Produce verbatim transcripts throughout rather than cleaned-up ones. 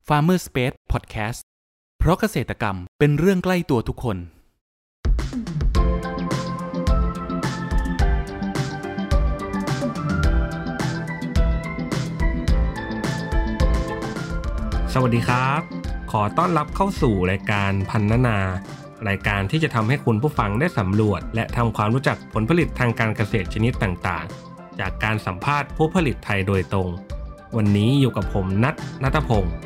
Farmer Space Podcast เพราะเกษตรกรรมเป็นเรื่องใกล้ตัวทุกคนสวัสดีครับขอต้อนรับเข้าสู่รายการพันนานารายการที่จะทำให้คุณผู้ฟังได้สำรวจและทำความรู้จักผลผลิตทางการเกษตรชนิดต่างๆจากการสัมภาษณ์ผู้ผลิตไทยโดยตรงวันนี้อยู่กับผมนัท ณัฐพงศ์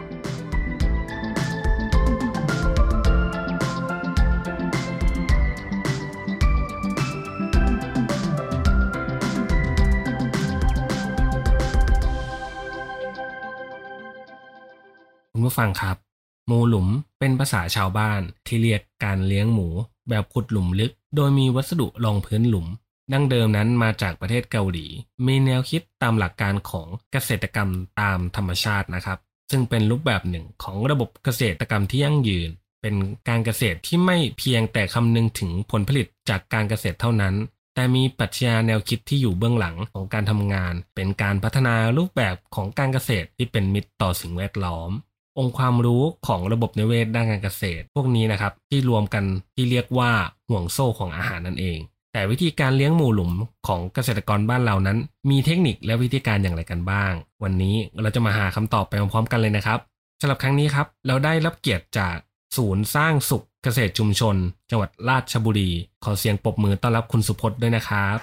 คุณผู้ฟังครับหมูหลุมเป็นภาษาชาวบ้านที่เรียกการเลี้ยงหมูแบบขุดหลุมลึกโดยมีวัสดุรองพื้นหลุมดั้งเดิมนั้นมาจากประเทศเกาหลีมีแนวคิดตามหลักการของเกษตรกรรมตามธรรมชาตินะครับซึ่งเป็นรูปแบบหนึ่งของระบบเกษตรกรรมที่ยั่งยืนเป็นการเกษตรที่ไม่เพียงแต่คำนึงถึงผลผลิตจากการเกษตรเท่านั้นแต่มีปรัชญาแนวคิดที่อยู่เบื้องหลังของการทำงานเป็นการพัฒนารูปแบบของการเกษตรที่เป็นมิตรต่อสิ่งแวดล้อมองค์ความรู้ของระบบนิเวศด้านการเกษตรพวกนี้นะครับที่รวมกันที่เรียกว่าห่วงโซ่ของอาหารนั่นเองแต่วิธีการเลี้ยงหมูหลุมของเกษตรกรบ้านเรานั้นมีเทคนิคและวิธีการอย่างไรกันบ้างวันนี้เราจะมาหาคำตอบไปพร้อมๆกันเลยนะครับสำหรับครั้งนี้ครับเราได้รับเกียรติจากศูนย์สร้างสุขเกษตรชุมชนจังหวัดราชบุรีขอเสียงปรบมือต้อนรับคุณสุพจน์ด้วยนะครับ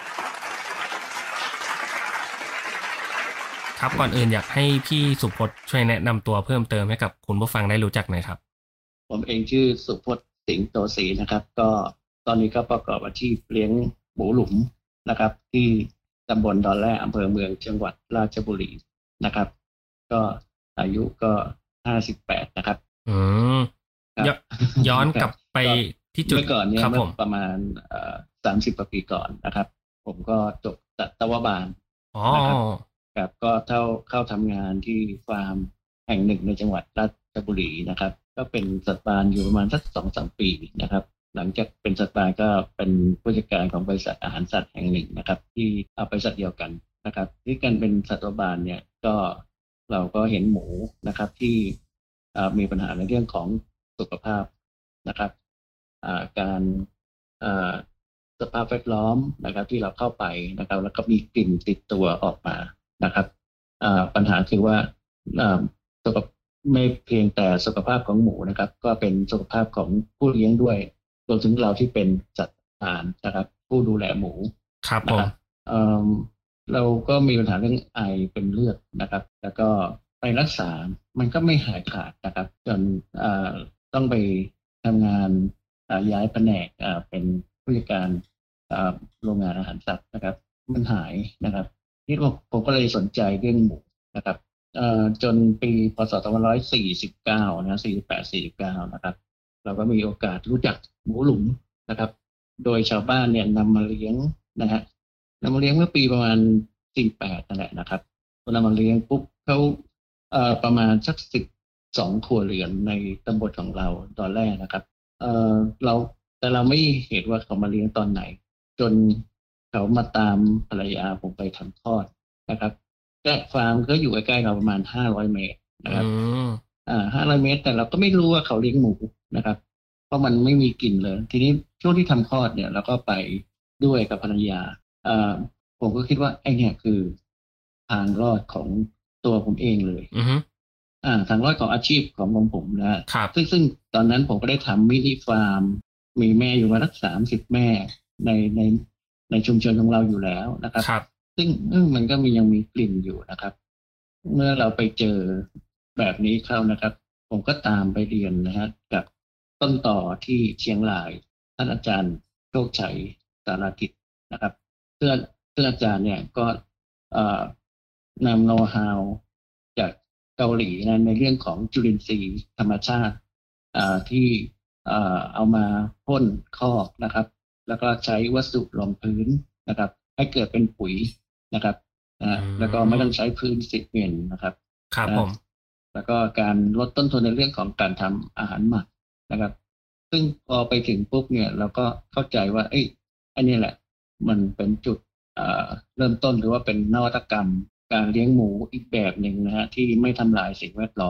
ครับก่อนอื่นอยากให้พี่สุพจน์ช่วยแนะนำตัวเพิ่มเติมให้กับคุณผู้ฟังได้รู้จักหน่อยครับผมเองชื่อสุพจน์สิงห์โตศรีนะครับก็ตอนนี้ก็ประกอบอาชีพเลี้ยงหมูหลุมนะครับที่ตำบลดอนแร่อำเภอเมืองจังหวัดราชบุรีนะครับก็อายุก็ห้าสิบแปดนะครับอืมย้อนกลับไปที่จุดเมื่อก่อนเนี่ยเมื่อประมาณเอ่อสามสิบกว่าปีก่อนนะครับผมก็จบสัตวบาลนะครับครับก็เข้าเข้าทำงานที่ฟาร์มแห่งหนึ่งในจังหวัดราชบุรีนะครับก็เป็นสัตวบาลอยู่ประมาณสัก สองถึงสาม ปีนะครับหลังจากเป็นสัตวบาลก็เป็นผู้จัดการของบริษัทอาหารสัตว์แห่งหนึ่งนะครับที่เอาบริษัทเดียวกันนะครับที่การเป็นสัตวบาลเนี่ยก็เราก็เห็นหมูนะครับที่มีปัญหาในเรื่องของสุขภาพนะครับการสภาพแวดล้อมนะครับที่เราเข้าไปนะครับแล้วก็มีกลิ่นติดตัวออกมานะครับปัญหาคือว่าสุขไม่เพียงแต่สุขภาพของหมูนะครับก็เป็นสุขภาพของผู้เลี้ยงด้วยรวมถึงเราที่เป็นสัตว์อาหารนะครับผู้ดูแลหมูครับผมเราก็มีปัญหาเรื่องไอเป็นเลือดนะครับแล้วก็ไปรักษามันก็ไม่หายขาดนะครับจนต้องไปทำงานย้ายแผนกเป็นผู้จัดการโรงงานอาหารสัตว์นะครับมันหายนะครับนี่ผมก็เลยสนใจเรื่องหมูนะครับจนปีพ.ศ. สองพันห้าร้อยสี่สิบเก้านะสี่สิบแปด สี่สิบเก้านะครับเราก็มีโอกาสรู้จักหมูหลุมนะครับโดยชาวบ้านเนี่ยนำมาเลี้ยงนะฮะนำมาเลี้ยงเมื่อปีประมาณสี่สิบแปดนั่นแหละนะครับพอนำมาเลี้ยงปุ๊บเขาเอ่อประมาณสักสิบสองครัวเรือนในตำบลของเราตอนแรกนะครับเอ่อเราแต่เราไม่เห็นว่าเขามาเลี้ยงตอนไหนจนเขามาตามภรรยาผมไปทำคลอดนะครับแต่ฟาร์มก็อยู่ใกล้ๆเราประมาณห้าร้อยเมตรนะครับอ่าห้าร้อยเมตรแต่เราก็ไม่รู้ว่าเขาเลี้ยงหมูนะครับเพราะมันไม่มีกลิ่นเลยทีนี้ช่วงที่ทำคลอดเนี่ยเราก็ไปด้วยกับภรรยาอ่าผมก็คิดว่าไอ้เนี่ยคือทางรอดของตัวผมเองเลยอ่าทางรอดของอาชีพของของผมนะครับซึ่งซึ่งตอนนั้นผมก็ได้ทำมินิฟาร์มมีแม่อยู่มาสักสามสิบแม่ในในในชุมชนของเราอยู่แล้วนะครับซึ่งมันก็มียังมีกลิ่นอยู่นะครับเมื่อเราไปเจอแบบนี้เข้านะครับผมก็ตามไปเรียนนะฮะกับต้นต่อที่เชียงรายท่านอาจารย์โชคชัยสารกิจนะครับเพื่อนเพื่อนอาจารย์เนี่ยก็นำโน้ตฮาวจากเกาหลีนะในเรื่องของจุลินทรีย์ธรรมชาติที่เอามาพ่นคอกนะครับแล้วก็ใช้วัสดุรองพื้นนะครับให้เกิดเป็นปุ๋ยนะครับนะแล้วก็ไม่ต้องใช้พื้นซีเมนต์นะครับครับผมแล้วก็การลดต้นทุนในเรื่องของการทำอาหารหมักนะครับซึ่งพอไปถึงปุ๊บเนี่ยเราก็เข้าใจว่าไอ้อันนี้แหละมันเป็นจุดเริ่มต้นหรือว่าเป็นนวัตกรรมการเลี้ยงหมูอีกแบบหนึ่งนะฮะที่ไม่ทำลายสิ่งแวดล้อม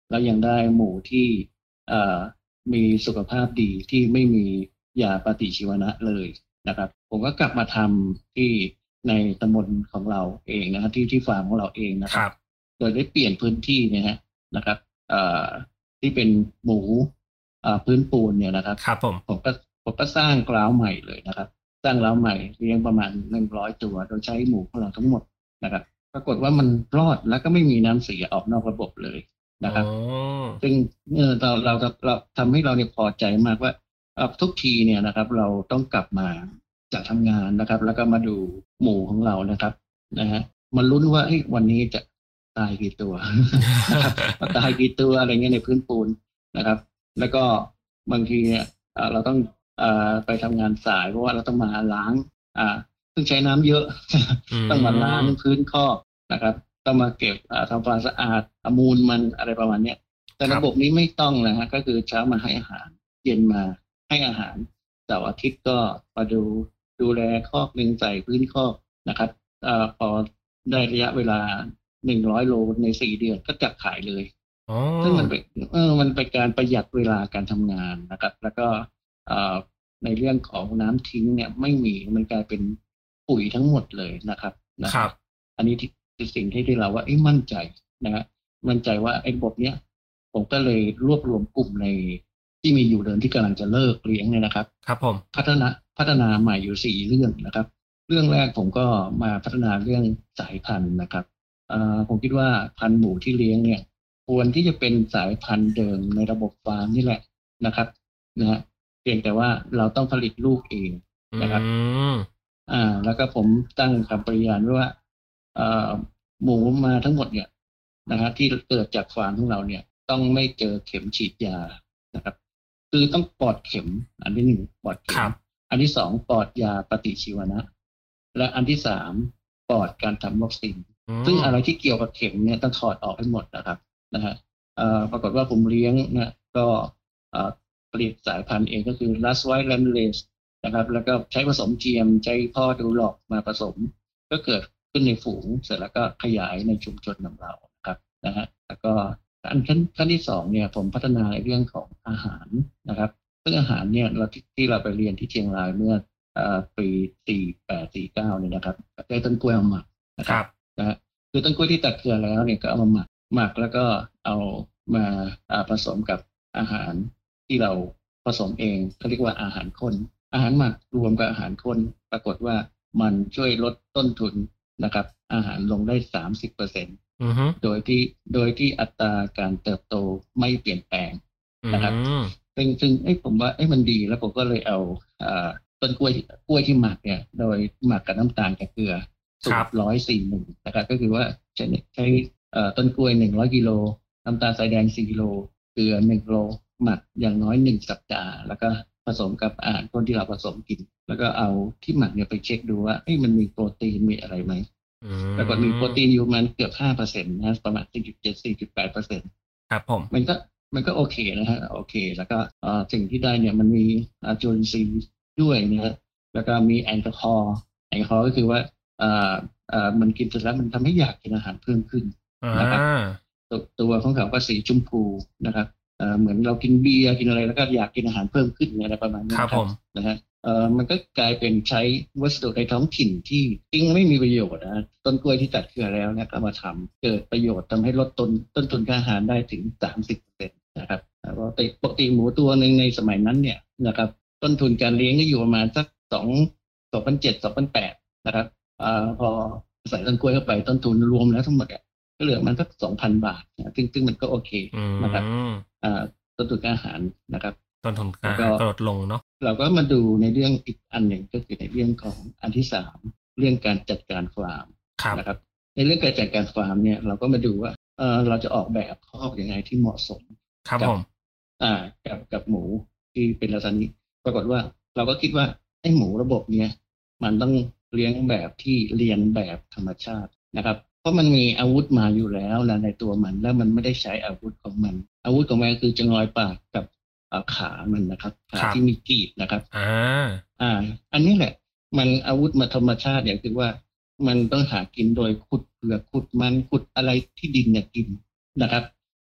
แล้วยังได้หมูที่เอ่อมีสุขภาพดีที่ไม่มียาปฏิชีวนะเลยนะครับผมก็กลับมาทำที่ในตำบลของเราเองนะครับที่ที่ฟาร์มของเราเองนะคครัรับ บโดยได้เปลี่ยนพื้นที่เนี่ยฮะนะครับเอ่อที่เป็นหมูเอ่อพื้นปูนเนี่ยนะครับครับผมผมก็ผมก็สร้างกล้าวใหม่เลยนะครับ สร้างกล้าวใหม่เลี้ยงประมาณหนึ่งร้อยตัวโดยใช้หมูของเราทั้งหมดนะครับ ปรากฏว่ามันรอดแล้วก็ไม่มีน้ำเสียออกนอกระบบเลยนะครับอ๋อซึ่งเออเราเราเราทำให้เราเนี่ยพอใจมากว่าเอ่อทุกทีเนี่ยนะครับ เราต้องกลับมาจากทำงานนะครับ แล้วก็มาดูหมูของเรานะครับนะฮะมันลุ้นว่าเอ้ยวันนี้จะตายกี่ตัว นะครับว่าตายกี่ตัวอะไรเงี้ยในพื้นปูนนะครับ แล้วก็บางทีเนี่ยเอ่อเราต้องเอ่อไปทำงานสายเพราะว่าเราต้องมาล้างอ่าซึ่งใช้น้ำเยอะ ต้องมาล้างพื้นคอกนะครับ ต้องมาเก็บอ่าทำความสะอาดเอามูลมันอะไรประมาณเนี้ยแต่ครับระบบนี้ไม่ต้องนะฮะก็คือเช้ามาให้อาหาร เย็นมาให้อาหารเสาร์อาทิตย์ก็มาดูดูแลคอกหนึ่งใส่พื้นคอกนะครับเอ่อพอได้ระยะเวลาหนึ่งร้อยโลในสี่เดือนก็จับขายเลยอ๋อซึ่งมันเป็นเออมันเป็นการประหยัดเวลาการทำงานนะครับ แล้วก็เอ่อในเรื่องของน้ำทิ้งเนี่ยไม่มีมันกลายเป็นปุ๋ยทั้งหมดเลยนะครับนะครับอันนี้ที่คือสิ่งที่ที่เราว่าเอ้ยมั่นใจนะฮะมั่นใจว่าไอ้ระบบเนี้ยผมก็เลยรวบรวมกลุ่มในที่มีอยู่เดิมที่กำลังจะเลิกเลี้ยงเนี่ยนะครับครับผมพัฒนาพัฒนาใหม่อยู่สี่เรื่องนะครับ เรื่องแรกผมก็มาพัฒนาเรื่องสายพันธุ์นะครับเอ่อผมคิดว่าพันธุ์หมูที่เลี้ยงเนี่ยควรที่จะเป็นสายพันธุ์เดิมในระบบฟาร์มนี่แหละนะครับนะฮะเพียงแต่ว่าเราต้องผลิตลูกเอง นะครับอืมอ่า แล้วก็ผมตั้งคำปริญาณไว้ว่าเอ่อหมูมาทั้งหมดเนี่ยนะครับที่เกิดจากฟาร์มของเราเนี่ยต้องไม่เจอเข็มฉีดยานะครับ คือต้องปลอดเข็ม อันที่หนึ่งปลอดเข็ครัมบอันที่สองปลอดยาปฏิชีวนะ และอันที่สามปลอดการทำวัคซีนอืมซึ่งอะไรที่เกี่ยวกับเข็มเนี่ยต้องถอดออกให้หมดนะครับนะฮะเอ่อปรากฏว่าผมเลี้ยงเนี่ยก็เอ่อผลิตสายพันธุ์เองก็คือ Last White Landrace นะครับ แล้วก็ใช้ผสม จี เอ็ม ใช้พ่อดูหลอกมาผสม ก็เกิดขึ้นในฝูงเสร็จแล้วก็ขยายในชุมชนของเราครับนะฮะแล้วก็อันขั้นขั้นที่สองเนี่ยผมพัฒนาในเรื่องของอาหารนะครับ ซึ่งอาหารเนี่ยเราที่ที่เราไปเรียนที่เชียงรายเมื่อเอ่อปีสี่แปดสี่เก้าเนี่ยนะครับได้ต้นกล้วยมาหมักนะคครัรับบ นะฮะคือต้นกล้วยที่ตัดเครือแล้วเนี่ยก็เอามาหมักหมักแล้วก็เอามาอ่าผสมกับอาหารที่เราผสมเองเขาเรียกว่าอาหารข้นอาหารหมักรวมกับอาหารข้นปรากฏว่ามันช่วยลดต้นทุนนะครับ อาหารลงได้สามสิบเปอร์เซ็นต์อือฮึโดยที่โดยที่อัตราการเติบโตไม่เปลี่ยนแปลง นะครับอืมซึ่งซึ่งเอ้ยผมว่าเอ้ยมันดีแล้วผมก็เลยเอาอ่าต้นกล้วยที่กล้วยที่หมักเนี่ยโดยหมักกับน้ำตาลกับเกลือสูครัตบรร้อยสี่หนึ่งนะครับก็คือว่าใช้ใช้เอ่อต้นกล้วยหนึ่งร้อยกิโลน้ำตาลทรายแดงสี่กิโลเกลือหนึ่งโลหมักอย่างน้อยหนึ่งสัปดาห์แล้วก็ผสมกับอาหารคนที่เราผสมกิน แล้วก็เอาที่หมักเนี่ยไปเช็คดูว่าเอ้ยมันมีโปรตีนมีอะไรไหมอืมแล้วก็มีโปรตีนอยู่ประมันเกือบห้าเปอร์เซ็นต์นะประมาณสี่จุดเจ็ด สี่จุดแปดเปอร์เซ็นต์ครับผมมันก็มันก็โอเคนะฮะโอเค แล้วก็เอ่อสิ่งที่ได้เนี่ยมันมีอ่าจุลินทรีย์ด้วยนะฮะแล้วก็มีแอลกอฮอล์แอลกอฮอล์ก็คือว่าเอ่อเอ่อมันกินเสร็จแล้วมันทำให้อยากกินอาหารเพิ่มขึ้นอ่านะครับ ตัวตัวของเขาก็สีชมพูนะครับเอ่อเหมือนเรากินเบียร์กินอะไรแล้วก็อยากกินอาหารเพิ่มขึ้นอะไรประมาณนี้ครับผมนะฮะเอ่อมันก็กลายเป็นใช้วัสดุในท้องถิ่นที่จริงไม่มีประโยชน์นะต้นกล้วยที่ตัดเครือแล้วเนี่ยก็มาทำเกิดประโยชน์ทำให้ลดต้นต้นทุนค่าอาหารได้ถึงสามสิบเปอร์เซ็นต์นะครับปกติปกติหมูตัวหนึ่งในสมัยนั้นเนี่ยนะครับต้นทุนการเลี้ยงก็อยู่ประมาณสักสองสองพันเจ็ดสองพันแปดนะครับอ่าพอใส่ต้นกล้วยเข้าไปต้นทุนรวมแล้วทั้งหมดเนี่ยก็เหลือมันสักสองพันบาทนะซึ่งซึ่งมันก็โอเคอืมนะครับอ่าต้นทุนการอาหารนะครับต้นทุนแล้กาว รก็ก็ลดลงเนาะเราก็มาดูในเรื่องอีกอันหนึ่งก็คือในเรื่องของอันที่สามเรื่องการจัดการฟาร์มครับนะครับ ในเรื่องการจัดการฟาร์มเนี่ยเราก็มาดูว่าเออเราจะออกแบบคอกยังไงที่เหมาะสมครับกัผมอ่ากับกับหมูที่เป็นลักษณะนี้ปรากฏว่าเราก็คิดว่าไอ้หมูระบบเนี้ยมันต้องเลี้ยงแบบที่เรียนแบบธรรมชาตินะครับ เพราะมันมีอาวุธมาอยู่แล้วนะในตัวมันแล้วมันไม่ได้ใช้อาวุธของมัน อาวุธของมันคือจะงอยปากกับเอ่อขามันนะครับขาที่มีกรีดนะครับอ่าอ่า อันนี้แหละ มันอาวุธมาธรรมชาติเนี่ยคือว่ามันต้องหากินโดยขุดเปลือกขุดมันขุดอะไรที่ดินเนี่ยกินนะครับ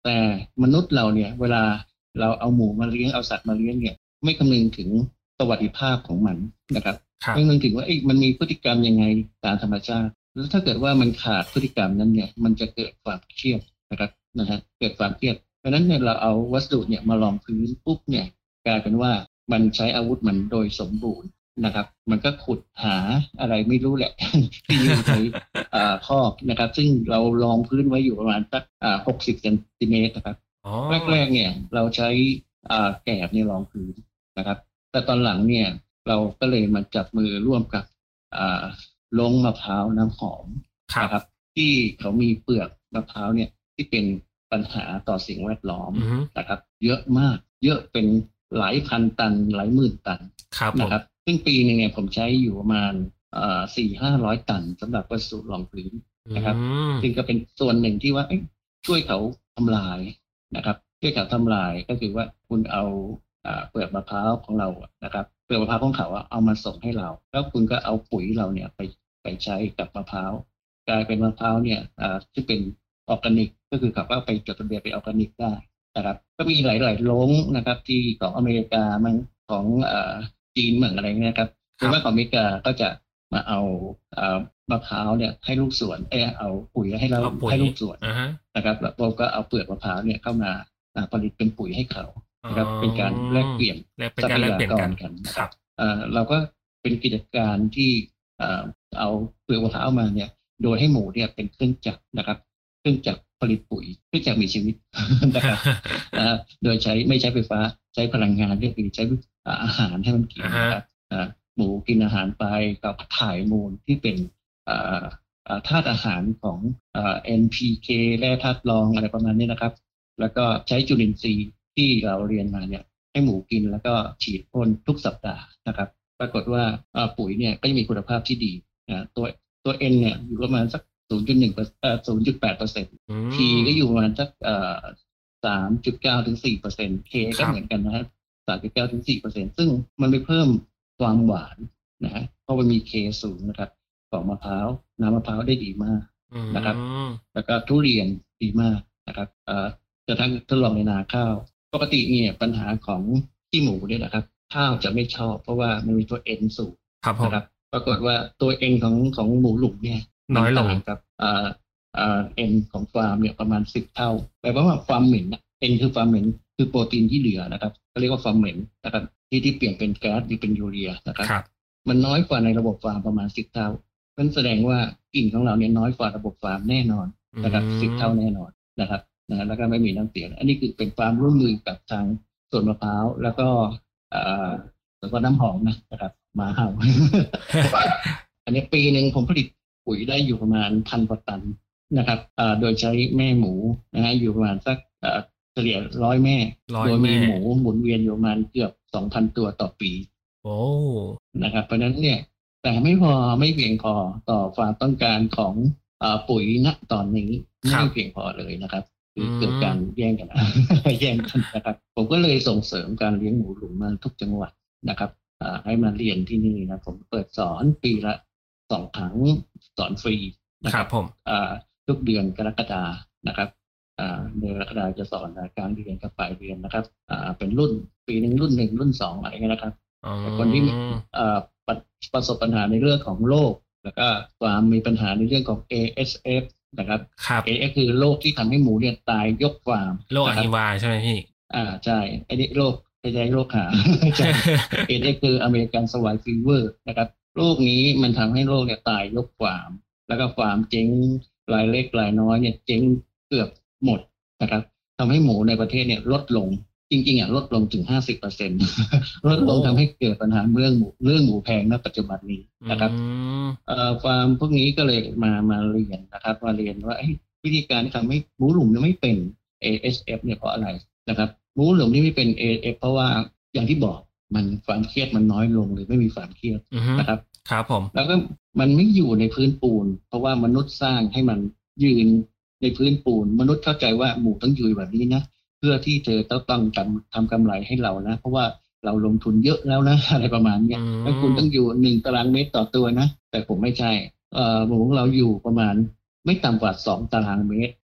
แต่มนุษย์เราเนี่ยเวลาเราเอาหมูมาเลี้ยงเอาสัตว์มาเลี้ยงเนี่ยไม่คำนึงถึงสวัสดิภาพของมันนะครับไม่คำนึงถึงว่ามันมีพฤติกรรมยังไงตามธรรมชาติแล้วถ้าเกิดว่ามันขาดพฤติกรรมนั้นเนี่ยมันจะเกิดความเครียดนะครับนะฮะเกิดความเครียดเพราะนั้นเนี่ยเราเอาวัสดุเนี่ยมาลองพื้นปุ๊บเนี่ยกลายเป็นว่ามันใช้อาวุธมันโดยสมบูรณ์นะครับมันก็ขุดหาอะไรไม่รู้แหละ ที่อยู่ในคอกนะครับซึ่งเราลองพื้นไว้อยู่ประมาณสักหกสิบเซนติเมตรนะครับแรกๆเนี่ยเราใช้แกบเนี่ยรองพื้นนะครับแต่ตอนหลังเนี่ยเราก็เลยมาจับมือร่วมกับลงมะพร้าวน้ำหอมนะครับที่เขามีเปลือกมะพร้าวเนี่ยที่เป็นปัญหาต่อสิ่งแวดล้อมนะครับเยอะมากเยอะเป็นหลายพันตันหลายหมื่นตันนะครับซึ่งปีนึงเนี่ยผมใช้อยู่ประมาณสี่ห้าร้อยตันสำหรับวัสดุรองพื้นนะครับซึ่งก็เป็นส่วนหนึ่งที่ว่าช่วยเขาทำลายนะครับช่วยเขาทำลายก็คือว่าคุณเอาเปลือกมะพร้าวของเรานะครับเปลือกมะพร้าวของเขาเอามาส่งให้เราแล้วคุณก็เอาปุ๋ยเราเนี่ยไปไปใช้กับมะพร้าวกลายเป็นมะพร้าวเนี่ยที่เป็นออร์แกนิกก็คือเขาก็ไปจดทะเบียนเป็นออร์แกนิกได้นะครับก็มีหลายๆโรงนะครับที่ของอเมริกามันของจีนเหมือนอะไรเงี้ยครับคือว่าของอเมริกาก็จะมาเอามะพร้าวเนี่ยให้ลูกสวนเออเอาปุ๋ยให้เราให้ลูกสวนนะครับแล้วเราก็เอาเปลือกมะพร้าวเนี่ยเข้ามาผลิตเป็นปุ๋ยให้เขานะครับเป็นการแลกเปลี่ยนทรัพยากรกันนะครับเราก็เป็นกิจการที่เอาเปลือกมะพร้าวมาเนี่ยโดยให้หมูเนี่ยเป็นเครื่องจักรนะครับเครื่องจักรผลิตปุ๋ยเครื่องจักรมีชีวิตนะครับโดยใช้ไม่ใช้ไฟฟ้าใช้พลังงานเรียกว่าใช้อาหารให้มันกินนะครับหมูกินอาหารไปกับถ่ายมูลที่เป็นธาตุอาหารของ เอ็น พี เค แร่ธาตุรองอะไรประมาณนี้นะครับแล้วก็ใช้จุลินทรีย์ที่เราเรียนมาเนี่ยให้หมูกินแล้วก็ฉีดพ่นทุกสัปดาห์นะครับปรากฏว่าปุ๋ยเนี่ยก็จะมีคุณภาพที่ดีนะตัวตัว N เนี่ยอยู่ประมาณสัก ศูนย์จุดหนึ่ง เอ่อ ศูนย์จุดแปดเปอร์เซ็นต์ T ก็อยู่ประมาณสักเอ่อ สามจุดเก้า ถึง สี่เปอร์เซ็นต์ K ก็เหมือนกันนะฮะ สามจุดเก้า ถึง สี่เปอร์เซ็นต์ ซึ่งมันไปเพิ่มความหวานนะฮะเพราะมันมี K สูงนะครับของมะพร้าวน้ำมะพร้าวได้ดีมากนะครับแล้วก็ทุเรียนดีมากนะครับเอ่อจะทั้งทดลองในนาข้าวปกติเนี่ยปัญหาของขี้หมูเนี่ยนะครับข้าวจะไม่ชอบเพราะว่ามันมีตัว N สูงนะครับปรากฏว่าตัว N ของของหมูหลุมเนี่ยน้อยลงกับอ่าอ่า N ของฟาร์มเนี่ยประมาณสิบเท่าแปลว่าความเหม็นนะ N คือความเหม็นคือโปรตีนที่เหลือนะครับเขาเรียกว่าความเหม็นนะครับที่ที่เปลี่ยนเป็นแก๊สหรือเป็นยูเรียนะครับมันน้อยกว่าในระบบฟาร์มประมาณสิบเท่านั่นแสดงว่ากลิ่นของเราเนี่ยน้อยกว่าระบบฟาร์มแน่นอนนะครับสิบเท่าแน่นอนนะครับนะแล้วก็ไม่มีน้ำเสียอันนี้คือเป็นความร่วมมือกับทางสวนมะพร้าวแล้วก็อ่าแล้วก็น้ำหอมนะครับมาเห่า อันนี้ปีหนึ่งผมผลิตปุ๋ยได้อยู่ประมาณพันกว่าตันนะครับโดยใช้แม่หมูนะฮะอยู่ประมาณสักเฉลี่ยร้อยแม่โดยมีหมูหมุนเวียนอยู่ประมาณเกือบสองพันตัวต่อปีโอ้นะครับเพราะนั้นเนี่ยแต่ไม่พอไม่เพียงพอต่อความต้องการของปุ๋ยณตอนนี้ไม่เพียงพอเลยนะครับคือเกิดการแย่งกันแย่งกันนะครับผมก็เลยส่งเสริมการเลี้ยงหมูหลุมมาทุกจังหวัดนะครับให้มาเรียนที่นี่นะผมเปิดสอนปีละสองครั้งสอนฟรีนะครับผมทุกเดือนกรกฎานะครับเดือนกรกฎาจะสอนกลางเดือนกับปลายเดือนนะครับเป็นรุ่นปีหนึ่งรุ่นหนึ่งรุ่นสองอะไรเงี้ยนะครับแต่คนที่ประสบปัญหาในเรื่องของโรคแล้วก็ความมีปัญหาในเรื่องของ เอ เอส เอฟ นะครับ เอ เอส คือโรคที่ทำให้หมูเนี่ยตายยกฟาร์มโรคอหิวาใช่ไหมพี่อ่าใช่ไอ้นี่โรคไม่ใช่โรคหา เอ เอส คืออเมริกันสวายฟีเวอร์นะครับโรคนี้มันทำให้โรคเนี่ยตายยกฟาร์มแล้วก็ฟาร์มเจ๊งรายเล็กรายน้อยเนี่ยเจ๊งเกือบหมดนะครับทำให้หมูในประเทศเนี่ยลดลงจริงๆอ่ะลดลงถึง ห้าสิบเปอร์เซ็นต์ ลดลงทำให้เกิดปัญหาเรื่องหมูเรื่องหมูแพงณปัจจุบันนี้นะครับเอ่อฟาร์มพวกนี้ก็เลยมามาเรียนนะครับมาเรียนว่าวิธีการที่ทำให้หมูหลุมเนี่ยไม่เป็น เอ เอส เอฟ เนี่ยเพราะอะไรนะครับหมูหลุมที่ไม่เป็น เอ เอส เอฟ เพราะว่าอย่างที่บอกมันความเครียดมันน้อยลงหรือไม่มีความเครียดนะครับครับผมแล้วก็มันไม่อยู่ในพื้นปูนเพราะว่ามนุษย์สร้างให้มันยืนในพื้นปูนมนุษย์เข้าใจว่าหมูต้องอยู่แบบนี้นะเพื่อที่เธอต้องต้องทำทำกำไรให้เรานะเพราะว่าเราลงทุนเยอะแล้วนะอะไรประมาณนี้แล้วคุณต้องอยู่หนึ่งตารางเมตรต่อตัวนะแต่ผมไม่ใช่เอ่อหมูของเราอยู่ประมาณไม่ต่ำกว่าสองตารางเมตร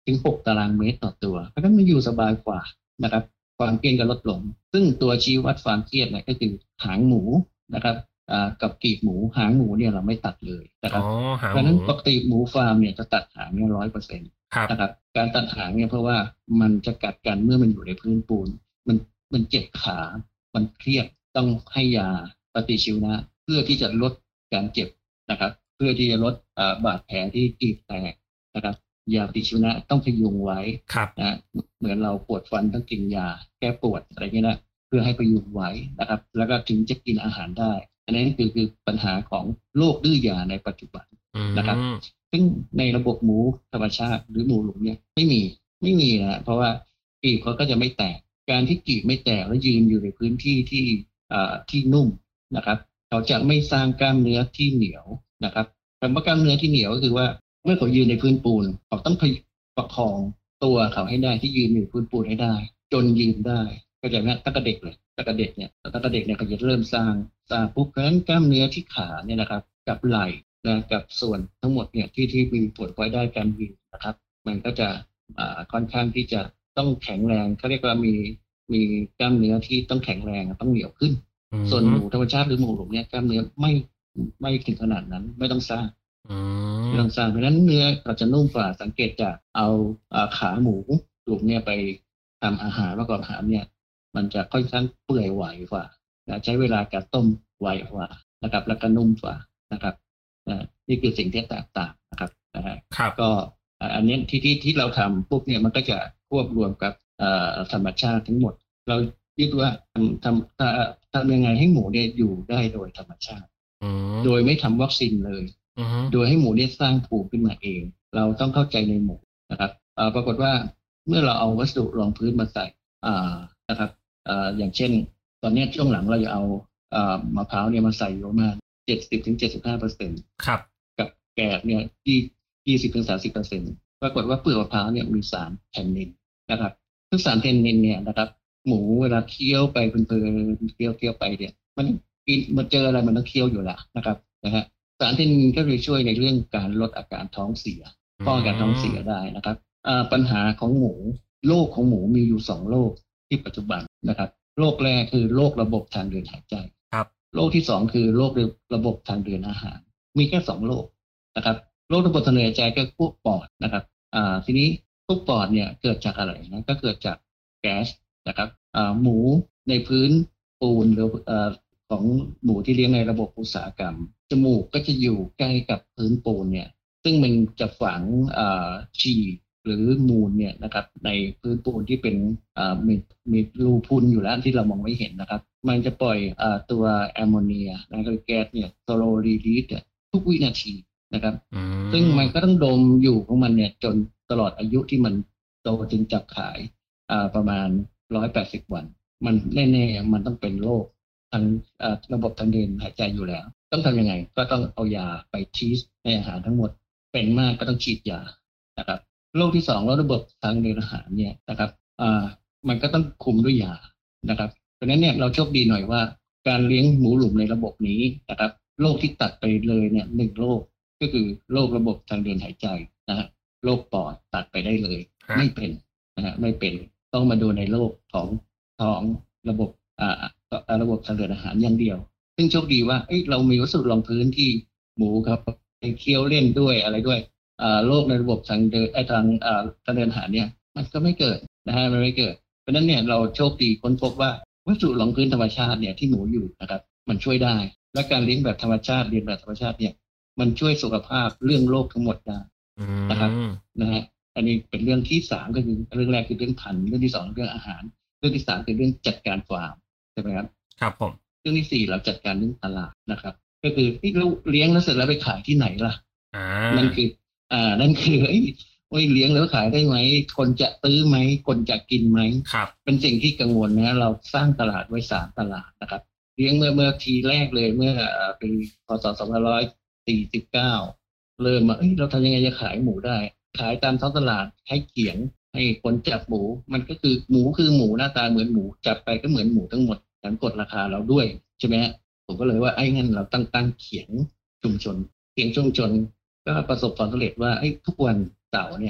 ถึงหกตารางเมตรต่อตัวเพราะฉะนั้นมันอยู่สบายกว่านะครับความเครียดก็ลดลงซึ่งตัวชี้วัดความเครียดเนี่ยก็คือหางหมูนะครับกับกีบหมูหางหมูเนี่ยเราไม่ตัดเลยนะครับเพราะฉะนั้นปกติหมูฟาร์มเนี่ยจะตัดหางเนี่ยร้อยเปอร์เซ็นต์นะครับการตัดหางเนี่ยเพราะว่ามันจะกัดกันเมื่อมันอยู่ในพื้นปูนมันมันเจ็บขามันเครียดต้องให้ยาปฏิชีวนะเพื่อที่จะลดการเจ็บนะครับเพื่อที่จะลดบาดแผลที่กีบแตกนะครับยาปฏิชีวนะต้องพยุงไว้นะเหมือนเราปวดฟันต้องกินยาแก้ปวดอะไรเงี้ยนะเพื่อให้พยุงไว้นะครับแล้วก็ถึงจะกินอาหารได้อันนี้คือคือปัญหาของโรคดื้อยาในปัจจุบันนะครับซึ่งในระบบหมูธรรมชาติหรือหมูหลุมเนี่ยไม่มีไม่มีนะเพราะว่ากีบเขาก็จะไม่แตกการที่กีบไม่แตกแล้วยืนอยู่ในพื้นที่ที่อ่าที่นุ่มนะครับเขาจะไม่สร้างกล้ามเนื้อที่เหนียวนะครับคำว่ากล้ามเนื้อที่เหนียวก็คือว่าเมื่อเขายืนในพื้นปูนเขาต้องประคองตัวเขาให้ได้ที่ยืนอยู่พื้นปูนให้ได้จนยืนได้ก็จะเนี่ยตั้งแต่เด็กเลยตั้งแต่เด็กเนี่ยตั้งแต่เด็กเนี่ยเขาจะเริ่มสร้างสร้างปุ๊บเพราะฉะนั้นกล้ามเนื้อที่ขาเนี่ยนะครับกับไหล่นะกับส่วนทั้งหมดเนี่ยที่ที่มีผลพลอยได้การยืนนะครับมันก็จะอ่าค่อนข้างที่จะต้องแข็งแรงเขาเรียกว่ามีมีกล้ามเนื้อที่ต้องแข็งแรงต้องเหนียวขึ้นส่วนหมูธรรมชาติหรือหมูหลุมเนี่ยกล้ามเนื้อไม่ไม่ถึงขนาดนั้นไม่ต้องสร้างไม่ต้องสร้างเพราะฉะนั้นเนื้อเราจะนุ่มกว่าสังเกตจากเอาขาหมูหลุมเนี่ยไปทำอาหารประกอบอาหารเนี่ยมันจะค่อนข้างเปื่อยไหวกว่าใช้เวลาการต้มไวกว่านะครับแล้วก็นุ่มกว่านะครับนี่คือสิ่งที่แตกต่างนะครับนะฮะก็อันนี้ที่ที่ที่เราทำปุ๊บเนี่ยมันก็จะควบรวมกับธรรมชาติทั้งหมดเราคิดว่าทำทำทำยังไงให้หมูเนี่ยอยู่ได้โดยธรรมชาติโดยไม่ทำวัคซีนเลยโดยให้หมูเนี่ยสร้างภูมิขึ้นมาเองเราต้องเข้าใจในหมูนะครับปรากฏว่าเมื่อเราเอาวัสดุรองพื้นมาใส่นะครับอย่างเช่นตอนนี้ช่วงหลังเราจะเอามะพร้าวเนี่ยมาใส่อยู่ประมาณเจ็ดสิบถึงเจ็ดสิบห้าเปอร์เซ็นต์ครับกับแกบเนี่ยที่ยี่สิบถึงสามสิบเปอร์เซ็นต์ปรากฏว่าเปลือกมะพร้าวเนี่ยมีสารแทนนินนะครับซึ่งสารแทนนินเนี่ยนะครับหมูเวลาเคี้ยวไปเพลินๆเคี้ยวเคี้ยวไปเนี่ยมันกินมันเจออะไรมันต้องเคี้ยวอยู่แล้วนะครับนะฮะสารแทนนินก็จะช่วยในเรื่องการลดอาการท้องเสียป้องกันท้องเสียได้นะครับปัญหาของหมูโรคของหมูมีอยู่สองโรคที่ปัจจุบันนะครับโรคแรกคือโรคระบบทางเดินหายใจครับโรคที่สองคือโรคระบบทางเดินอาหารมีแค่สองโรคนะครับโรคระบบทางเดินหายใจก็พวกปอดนะครับอ่าทีนี้พวกปอดเนี่ยเกิดจากอะไรนะก็เกิดจากแก๊สนะครับอ่าหมูในพื้นปูนหรืออ่าของหมูที่เลี้ยงในระบบอุตสาหกรรมจมูกก็จะอยู่ใกล้กับพื้นปูนเนี่ยซึ่งมันจะฝังอ่าฉี่หรือมูลเนี่ยนะครับในพื้นปูนที่เป็นอ่ามีมีรูพุนอยู่แล้วที่เรามองไม่เห็นนะครับมันจะปล่อยอ่าตัวแอมโมเนียนะครับแก๊สเนี่ยสโลว์รีลีสทุกวินาทีนะครับซึ่งมันก็ต้องดมอยู่ของมันเนี่ยจนตลอดอายุที่มันโตจึงจับขายอ่าประมาณหนึ่งร้อยแปดสิบวันมันแน่ๆมันต้องเป็นโรคทางระบบทางเดินหายใจอยู่แล้วต้องทำยังไงก็ต้องเอายาไปทีสในอาหารทั้งหมดเป็นมากก็ต้องฉีดยานะครับโรคที่สองแล้วระบบทางเดินอาหารเนี่ยนะครับอ่ามันก็ต้องคุมด้วยยานะครับเพราะฉะนั้นเนี่ยเราโชคดีหน่อยว่าการเลี้ยงหมูหลุมในระบบนี้นะครับโรคที่ตัดไปเลยเนี่ยหนึ่งโรคก็คือโรคระบบทางเดินหายใจนะฮะโรคปอดตัดไปได้เลยไม่เป็นนะฮะไม่เป็นต้องมาดูในโรคของท้องระบบอ่าระบบทางเดินอาหารอย่างเดียวซึ่งโชคดีว่าเอ้ยเรามีวัสดุรองพื้นที่หมูครับไปเคี้ยวเล่นด้วยอะไรด้วยอ่าโรคในระบบทางเดินไอ้ทางอ่าทางเดินอาหารเนี่ยมันก็ไม่เกิดนะฮะมันไม่เกิดเพราะฉะนั้นเนี่ยเราโชคดีค้นพบว่าวัสดุรองพื้นธรรมชาติเนี่ยที่หมูอยู่นะครับมันช่วยได้และการเลี้ยงแบบธรรมชาติเลี้ยงแบบธรรมชาติเนี่ยมันช่วยสุขภาพเรื่องโรคทั้งหมดได้นะครับนะฮะอันนี้เป็นเรื่องที่สามก็คือเรื่องแรกคือเรื่องพันธุ์เรื่องที่สองเรื่องอาหารเรื่องที่สามคือเรื่องจัดการฟาร์มใช่ไหมครับครับผมเรื่องที่สี่เราจัดการเรื่องตลาดนะครับก็คือเราเลี้ยงแล้วเสร็จแล้วไปขายที่ไหนล่ะนั่นคืออ่านั่นคือไอ้เลี้ยงแล้วขายได้ไหมคนจะซื้อไหมคนจะกินไหมเป็นสิ่งที่กังวลนะเราสร้างตลาดไว้สามตลาดนะครับเลี้ยงเมื่อเมื่อทีแรกเลยเมื่อปีพ.ศ. สองพันห้าร้อยสี่สิบเก้าเริ่มมาเอ้ยเราทำยังไงจะขายหมูได้ขายตามท้องตลาดให้เขียงให้คนจับหมูมันก็คือหมูคือหมูหน้าตาเหมือนหมูจับไปก็เหมือนหมูทั้งหมดแถมกดราคาเราด้วยใช่ไหมฮะผมก็เลยว่าไอ้งั้นเราตั้งตั้งเขียงชุมชนเขียงชุมชนก็ประสบความสำเร็จว่าไอ้ทุกวันเสาร์เนี่ย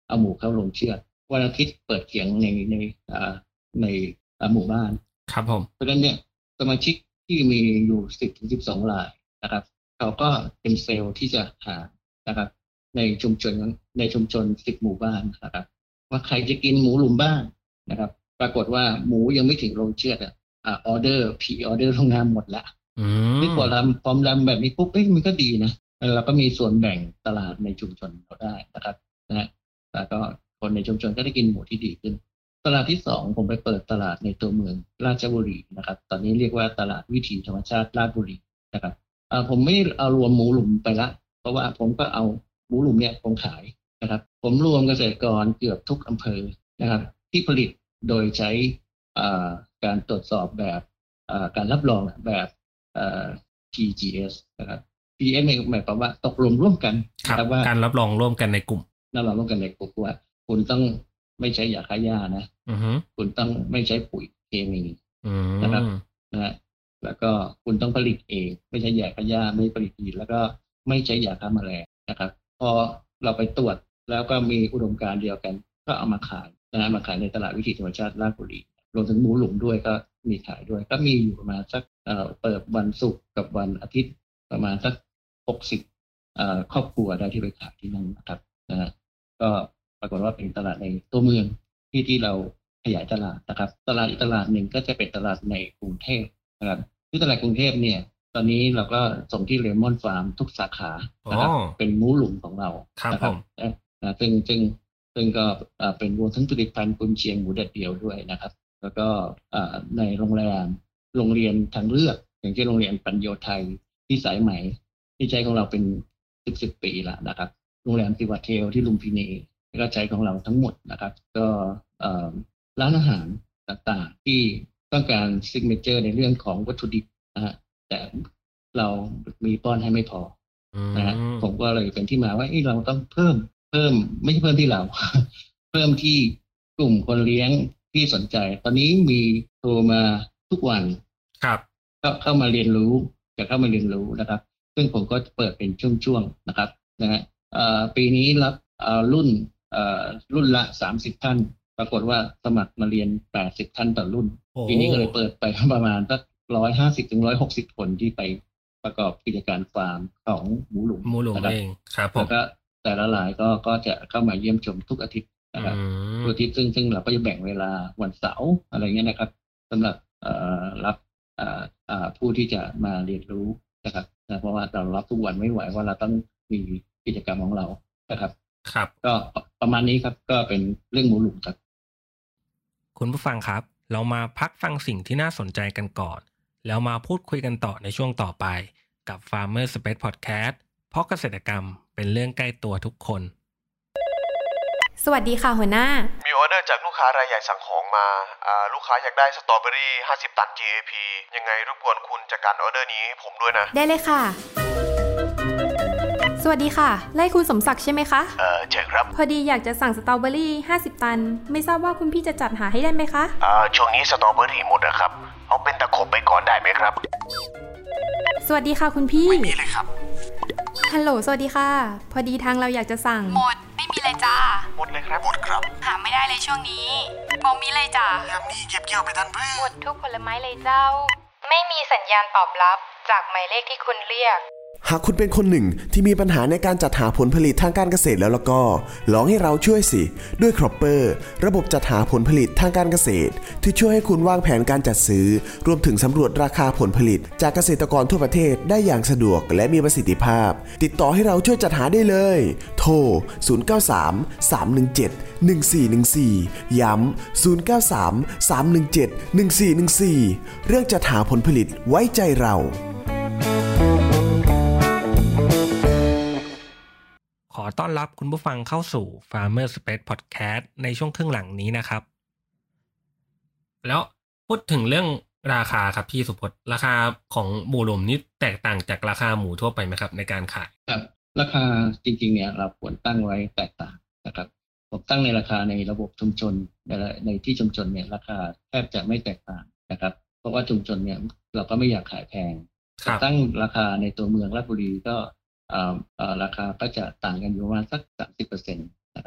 เอาหมูเข้าโรงเชือดวันอาทิตย์เปิดเขียงในในในหมู่บ้านครับผมเพราะฉะนั้นเนี่ยสมาชิกที่มีอยู่สิบถึงสิบสองรายนะครับเขาก็เป็นเซลล์ที่จะหานะครับในชุมชนในชุมชนสิบหมู่บ้านนะครับว่าใครจะกินหมูหลุมบ้างนะครับปรากฏว่าหมูยังไม่ถึงโรงเชือดอ่ะออเดอร์พีออเดอร์โรงงานหมดละนี่พอรำพร้อมรำแบบนี้ปุ๊บเอ๊ะมันก็ดีนะเราก็มีส่วนแบ่งตลาดในชุมชนเราได้นะครับนะแล้วก็คนในชุมชนก็ได้กินหมูที่ดีขึ้นตลาดที่สองผมไปเปิดตลาดในตัวเมืองราชบุรีนะครับตอนนี้เรียกว่าตลาดวิถีธรรมชาติราชบุรีนะครับผมไม่เอารวมหมูหลุมไปละเพราะว่าผมก็เอาหมูหลุมเนี่ยผมขายนะครับผมรวมเกษตรกรเกือบทุกอำเภอนะครับที่ผลิตโดยใช้การตรวจสอบแบบการรับรองแบบ พี จี เอส นะครับ พี จี เอส หมายความว่าตกลงร่วมกันครับว่าการรับรองร่วมกันในกลุ่มรับรองร่วมกันในกลุ่มว่าคุณต้องไม่ใช้ยาฆ่าหญ้านะคุณต้องไม่ใช้ปุ๋ยเคมีนะครับนะแล้วก็คุณต้องผลิตเองไม่ใช้ยาฆ่าหญ้าไม่ผลิตเองแล้วก็ไม่ใช้ยาฆ่าแมลงนะครับพอเราไปตรวจแล้วก็มีอุดมการณ์เดียวกันก็เอามาขายนะมาขายในตลาดวิถีธรรมชาติราชบุรีรวมถึงหมูหลุมด้วยก็มีขายด้วยก็มีอยู่ประมาณสักเอ่อเปิดวันศุกร์กับวันอาทิตย์ประมาณสักหกสิบเอ่อครอบครัวได้ที่ไปขายที่นั่นนะครับนะฮะก็ปรากฏว่าเป็นตลาดในตัวเมืองที่ที่เราขยายตลาดนะครับตลาดอีกตลาดหนึ่งก็จะเป็นตลาดในกรุงเทพนะครับที่ตลาดกรุงเทพเนี่ยตอนนี้เราก็ส่งที่เลมอนฟาร์มทุกสาขานะครับเป็นหมูหลุมของเรานะครับนะซึ่งซึ่งซึ่งก็เป็นรวมทั้งผลิตภัณฑ์กุนเชียงหมูแดดเดียวด้วยนะครับแล้วก็ในโรงแรมโรงเรียนทางเลือกอย่างเช่นโรงเรียนปัญโยไทยที่สายไหมที่ใช้ของเราเป็นสิบสิบปีละนะครับโรงแรมติวาเทลที่ลุมพินีก็ใช้ของเราทั้งหมดนะครับก็ร้านอาหารต่างๆที่ต้องการซิกเนเจอร์ในเรื่องของวัตถุดิบนะฮะแต่เรามีป้อนให้ไม่พอนะฮะผมก็เลยเป็นที่มาว่าเราต้องเพิ่มเพิ่มไม่ใช่เพิ่มที่เราเพิ่มที่กลุ่มคนเลี้ยงที่สนใจตอนนี้มีโทรมาทุกวันครับก็เข้ามาเรียนรู้จะเข้ามาเรียนรู้นะครับซึ่งผมก็เปิดเป็นช่วงๆนะครับนะฮะปีนี้รับรุ่นรุ่นละสามสิบท่านปรากฏว่าสมัครมาเรียนแปดสิบท่านต่อรุ่นปีนี้ก็เลยเปิดไปประมาณสักหนึ่งร้อยห้าสิบถึงหนึ่งร้อยหกสิบคนที่ไปประกอบกิจการฟาร์มของหมูหลุมหมูหลุมเองครับผมแล้วก็แต่ละรายก็ก็จะเข้ามาเยี่ยมชมทุกอาทิตย์นะครับทุกอาทิตย์ซึ่งซึ่งเราก็จะแบ่งเวลาวันเสาร์อะไรเงี้ยนะครับสำหรับรับผู้ที่จะมาเรียนรู้นะครับนะเพราะว่าเรารับทุกวันไม่ไหวว่าเราต้องมีกิจกรรมของเรานะครับครับก็ประมาณนี้ครับก็เป็นเรื่องหมูหลุมครับคุณผู้ฟังครับเรามาพักฟังสิ่งที่น่าสนใจกันก่อนแล้วมาพูดคุยกันต่อในช่วงต่อไปกับ Farmer Space Podcast เพราะเกษตรกรรมเป็นเรื่องใกล้ตัวทุกคนสวัสดีค่ะหัวหน้ามีออเดอร์จากลูกค้ารายใหญ่สั่งของมาอ่าลูกค้าอยากได้สตรอเบอรี่ห้าสิบตัน จี เอ พี ยังไงรบกวนคุณจัดการออเดอร์นี้ผมด้วยนะได้เลยค่ะสวัสดีค่ะไล่คุณสมศักดิ์ใช่ไหมคะเออใช่ครับพอดีอยากจะสั่งสตรอเบอรี่ห้าสิบตันไม่ทราบว่าคุณพี่จะจัดหาให้ได้ไหมคะอ่าช่วงนี้สตรอเบอรี่หมดอะครับเอาเป็นตะขบไปก่อนได้ไหมครับสวัสดีค่ะคุณพี่ไม่มีเลยครับฮัลโหลสวัสดีค่ะพอดีทางเราอยากจะสั่งหมดไม่มีเลยจ้าหมดเลยครับหมดครับหาไม่ได้เลยช่วงนี้บอมีเลยจ้ายามนี้เก็บเกี่ยวไปทันเพื่อหมดทุกผลไม้เลยเจ้าไม่มีสัญญาณตอบรับจากหมายเลขที่คุณเรียกหากคุณเป็นคนหนึ่งที่มีปัญหาในการจัดหาผลผลิตทางการเกษตรแล้วล่ะก็ลองให้เราช่วยสิด้วย Cropper ระบบจัดหาผลผลิตทางการเกษตรที่ช่วยให้คุณวางแผนการจัดซื้อรวมถึงสำรวจราคาผลผลิตจากเกษตรกรทั่วประเทศได้อย่างสะดวกและมีประสิทธิภาพติดต่อให้เราช่วยจัดหาได้เลยโทรศูนย์ เก้า สาม สาม หนึ่ง เจ็ด หนึ่ง สี่ หนึ่ง สี่ย้ำศูนย์ เก้า สาม สาม หนึ่ง เจ็ด หนึ่ง สี่ หนึ่ง สี่เรื่องจัดหาผลผลิตไว้ใจเราขอต้อนรับคุณผู้ฟังเข้าสู่ Farmer Space Podcast ในช่วงครึ่งหลังนี้นะครับแล้วพูดถึงเรื่องราคาครับพี่สุพจน์ราคาของหมูหลุมนี่แตกต่างจากราคาหมูทั่วไปไหมครับในการขายครับราคาจริงๆเนี่ยเราควรตั้งไว้แตกต่างนะครับผมตั้งในราคาในระบบชุมชนในในที่ชุมชนเนี่ยราคาแทบจะไม่แตกต่างนะครับเพราะว่าชุมชนเนี่ยเราก็ไม่อยากขายแพงตั้งราคาในตัวเมืองราชบุรีก็ราคาก็จะต่างกันอยู่ประมาณสัก สามสิบเปอร์เซ็นต์ นะครับ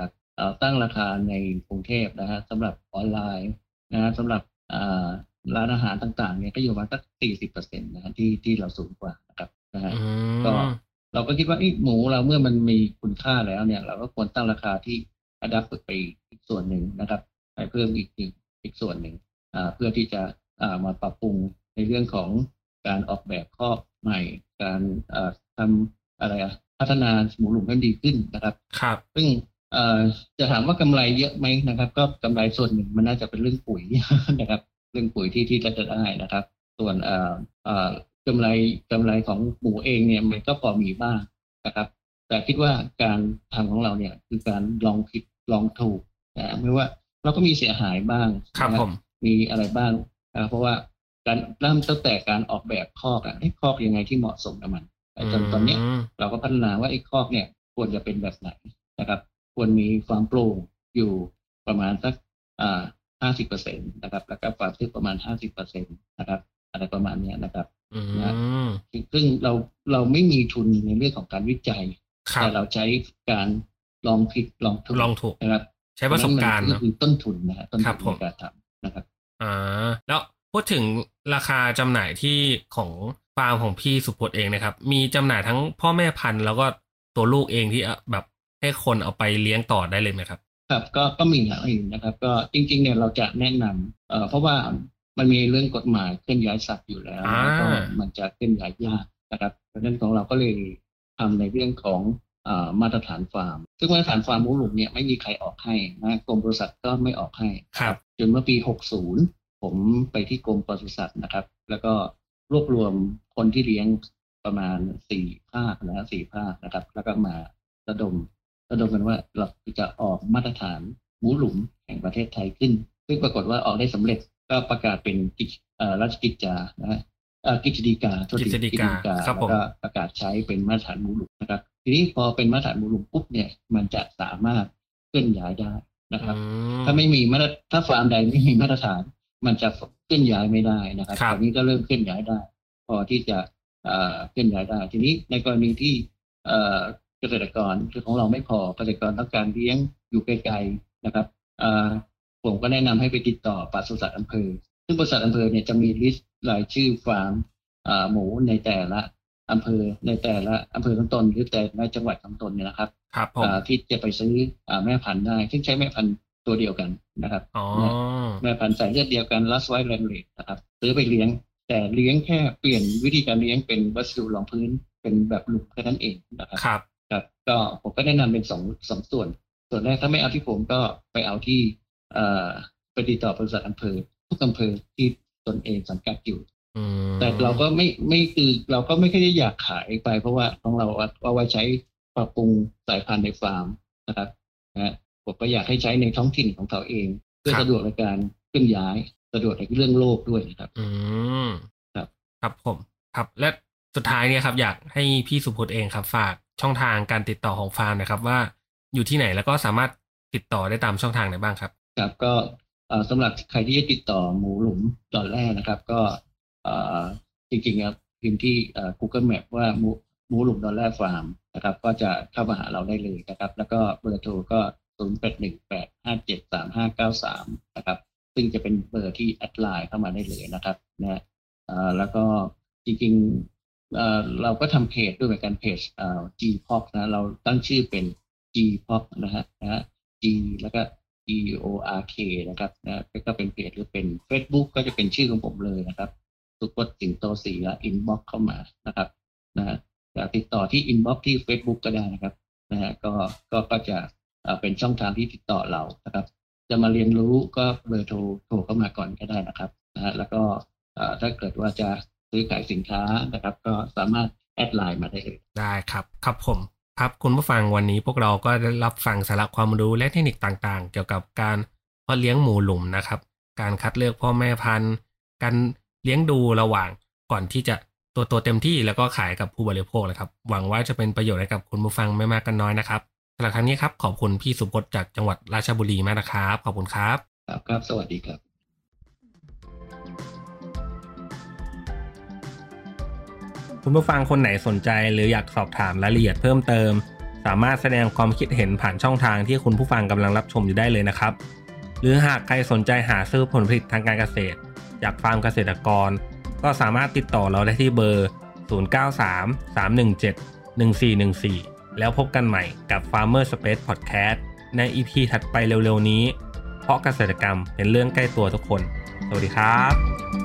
ตั้งราคาในกรุงเทพนะฮะสำหรับออนไลน์นะฮะสำหรับร้านอาหารต่างๆเนี่ยก็อยู่มาสัก สี่สิบเปอร์เซ็นต์ นะฮะที่ที่เราสูงกว่านะครับนะฮะก็เราก็คิดว่าหมูเราเมื่อมันมีคุณค่าแล้วเนี่ยเราก็ควรตั้งราคาที่อัดับไปอีกส่วนหนึ่งนะครับไปเพิ่มอีกอีกส่วนหนึ่งเพื่อที่จะมาปรับปรุงในเรื่องของการออกแบบคอกใหม่การทำอะไรอะพัฒนาหมูหลุมให้ดีขึ้นนะครับครับซึ่งจะถามว่ากำไรเยอะไหมนะครับก็กำไรส่วนหนึ่งมันน่าจะเป็นเรื่องปุ๋ยนะครับเรื่องปุ๋ยที่ที่เราจะได้นะครับส่วนกำไรกำไรของหมูเองเนี่ยมันก็พอมีบ้างนะครับแต่คิดว่าการทำของเราเนี่ยคือการลองผิดลองถูกนะไม่ว่าเราก็มีเสียหายบ้างครับผมมีอะไรบ้างนะเพราะว่าการเริ่มตั้งแต่การออกแบบคอกอ่ะไอ้คอกยังไงที่เหมาะสมกับมันแต่จนตอนนี้เราก็พัฒนาว่าไอ้คอกเนี่ยควรจะเป็นแบบไหนนะครับควรมีความโปร่งอยู่ประมาณสักอ่าห้าสิบเปอร์เซ็นต์นะครับแล้วก็ความทึบประมาณห้าสิบเปอร์เซ็นต์นะครับอะไรประมาณนี้นะครับนะซึ่งเราเราไม่มีทุนในเรื่องของการวิจัยแต่เราใช้การลองผิดลองถูกลองถูกนะครับใช้ประสบการณ์ก็คือต้นทุนนะฮะต้นทุนในการทำนะครับอ่าแล้วพูดถึงราคาจำหน่ายที่ของฟาร์มของพี่สุพจน์เองนะครับมีจำหน่ายทั้งพ่อแม่พันธุ์แล้วก็ตัวลูกเองที่แบบให้คนเอาไปเลี้ยงต่อได้เลยไหมครับครับก็ก็มีนะครับก็จริงๆเนี่ยเราจะแนะนำเอ่อเพราะว่ามันมีเรื่องกฎหมายเคลื่อนย้ายสัตว์อยู่แล้วก็มันจะเคลื่อนย้ายยากนะครับเพราะฉะนั้นของเราก็เลยทำในเรื่องของอ่ามาตรฐานฟาร์มซึ่งมาตรฐานฟาร์มหมูหลุมเนี่ยไม่มีใครออกให้นะกรมปศุสัตว์ก็ไม่ออกให้ครับจนเมื่อปีหกสิบผมไปที่กรมปศุสัตว์นะครับแล้วก็รวบรวมคนที่เลี้ยงประมาณสี่ภาคนะสี่ภาคนะครับแล้วก็มาระดมระดมกันว่าเราจะออกมาตรฐานหมูหลุมแห่งประเทศไทยขึ้นซึ่งปรากฏว่าออกได้สำเร็จก็ประกาศเป็นราชกิจจานะฮะกิจฎีกากิจฎีกาแล้วก็ประกาศใช้เป็นมาตรฐานหมูหลุมนะครับทีนี้พอเป็นมาตรฐานหมูหลุมปุ๊บเนี่ยมันจะสามารถเคลื่อนย้ายได้นะครับถ้าไม่มีมาตรถ้าฟาร์มใดไม่มีมาตรฐานมันจะเคลื่อนย้ายไม่ได้นะครับตอนนี้ก็เริ่มเคลื่อนย้ายได้พอที่จะเคลื่อนย้ายได้ทีนี้ในกรณีที่เกษตรกรคือของเราไม่พอเกษตรกรต้องการเลี้ยงอยู่ไกลๆนะครับผมก็แนะนำให้ไปติดต่อปศุสัตว์อำเภอซึ่งปศุสัตว์อำเภอเนี่ยจะมีลิสต์รายชื่อฟาร์มหมูในแต่ละอำเภอในแต่ละอำเภอของตนหรือแต่ละจังหวัดของตนเนี่ยนะครับที่จะไปซื้อแม่พันธุ์ได้ซึ่งใช้แม่พันธุ์ตัวเดียวกันนะครับแม่พันธุ์สายเลือดเดียวกันลัสไวท์แลนเลดนะครับซื้อไปเลี้ยงแต่เลี้ยงแค่เปลี่ยนวิธีการเลี้ยงเป็นวัสดุรองพื้นเป็นแบบหลุมแค่นั้นเองนะครับครับก็ผมก็แนะนำเป็นสองสองส่วนส่วนแรกถ้าไม่เอาที่ผมก็ไปเอาที่ไปติดต่อบริษัทอำเภอทุกอำเภอที่ตนเองสังกัดอยู่แต่เราก็ไม่ไม่คือเราก็ไม่ค่อยได้อยากขายไปเพราะว่าของเราเอาไว้ใช้ปรับปรุงสายพันธุ์ในฟาร์มนะครับนะผมก็อยากให้ใช้ในท้องถิ่นของเขาเองเพื่อสะดวกในการเคลื่อนย้ายสะดวกในเรื่องโลกด้วยนะครับอืมครับครับผมครับและสุดท้ายเนี่ยครับอยากให้พี่สุพจน์เองครับฝากช่องทางการติดต่อของฟาร์มนะครับว่าอยู่ที่ไหนแล้วก็สามารถติดต่อได้ตามช่องทางไหนบ้างครับครับก็สำหรับใครที่จะติดต่อหมูหลุมตอนแรกนะครับก็จริงๆครับพิมพ์ที่ Google Map ว่าหมูหมูหลุมตอนแรกฟาร์มนะครับก็จะเข้ามาหาเราได้เลยนะครับแล้วก็เบอร์โทรก็ศูนย์ แปด หนึ่ง แปด ห้า เจ็ด สาม ห้า เก้า สามนะครับซึ่งจะเป็นเบอร์ที่แอดไลน์เข้ามาได้เลยนะครับนะแล้วก็จริงๆเราก็ทำเพจด้วยเหมือนกันเพจ จี พี โอ ซี นะเราตั้งชื่อเป็น จี พี โอ ซี นะฮะนะฮะ G แล้วก็ E O R K นะครับนะก็เป็นเพจหรือเป็น Facebook ก็จะเป็นชื่อของผมเลยนะครับสุพจน์สิงโตศรีและอินบ็อกซ์เข้ามานะครับนะฮะจะติดต่อที่อินบ็อกซ์ที่ Facebook ก็ได้นะครับนะฮะก็ก็ก็จะเป็นช่องทางที่ติดต่อเรานะครับจะมาเรียนรู้ก็เบอร์โทรโทรเข้ามาก่อนก็ได้นะครับนะฮะแล้วก็ถ้าเกิดว่าจะซื้อขายสินค้านะครับก็สามารถแอดไลน์มาได้เลยได้ครับครับผมครับคุณผู้ฟังวันนี้พวกเราก็ได้รับฟังสาระความรู้และเทคนิคต่างๆเกี่ยวกับการเพาะเลี้ยงหมูหลุมนะครับการคัดเลือกพ่อแม่พันธุ์การเลี้ยงดูระหว่างก่อนที่จะตัวตัวเต็มที่แล้วก็ขายกับผู้บริโภคเลยครับหวังว่าจะเป็นประโยชน์ให้กับคุณผู้ฟังไม่มากก็น้อยนะครับสำหรับครั้งนี้ครับขอบคุณพี่สุพจน์จากจังหวัดราชบุรีมากนะครับขอบคุณครับครับครับสวัสดีครับคุณผู้ฟังคนไหนสนใจหรืออยากสอบถามรายละเอียดเพิ่มเติมสามารถแสดงความคิดเห็นผ่านช่องทางที่คุณผู้ฟังกำลังรับชมอยู่ได้เลยนะครับหรือหากใครสนใจหาซื้อผลผลิตทางการเกษตรจากฟาร์มเกษตรกรก็สามารถติดต่อเราได้ที่เบอร์ศูนย์ เก้า สาม สาม หนึ่ง เจ็ด หนึ่ง สี่ หนึ่ง สี่แล้วพบกันใหม่กับ Farmer Space Podcast ใน อี พี ถัดไปเร็วๆนี้เพราะเกษตรกรรมเป็นเรื่องใกล้ตัวทุกคนสวัสดีครับ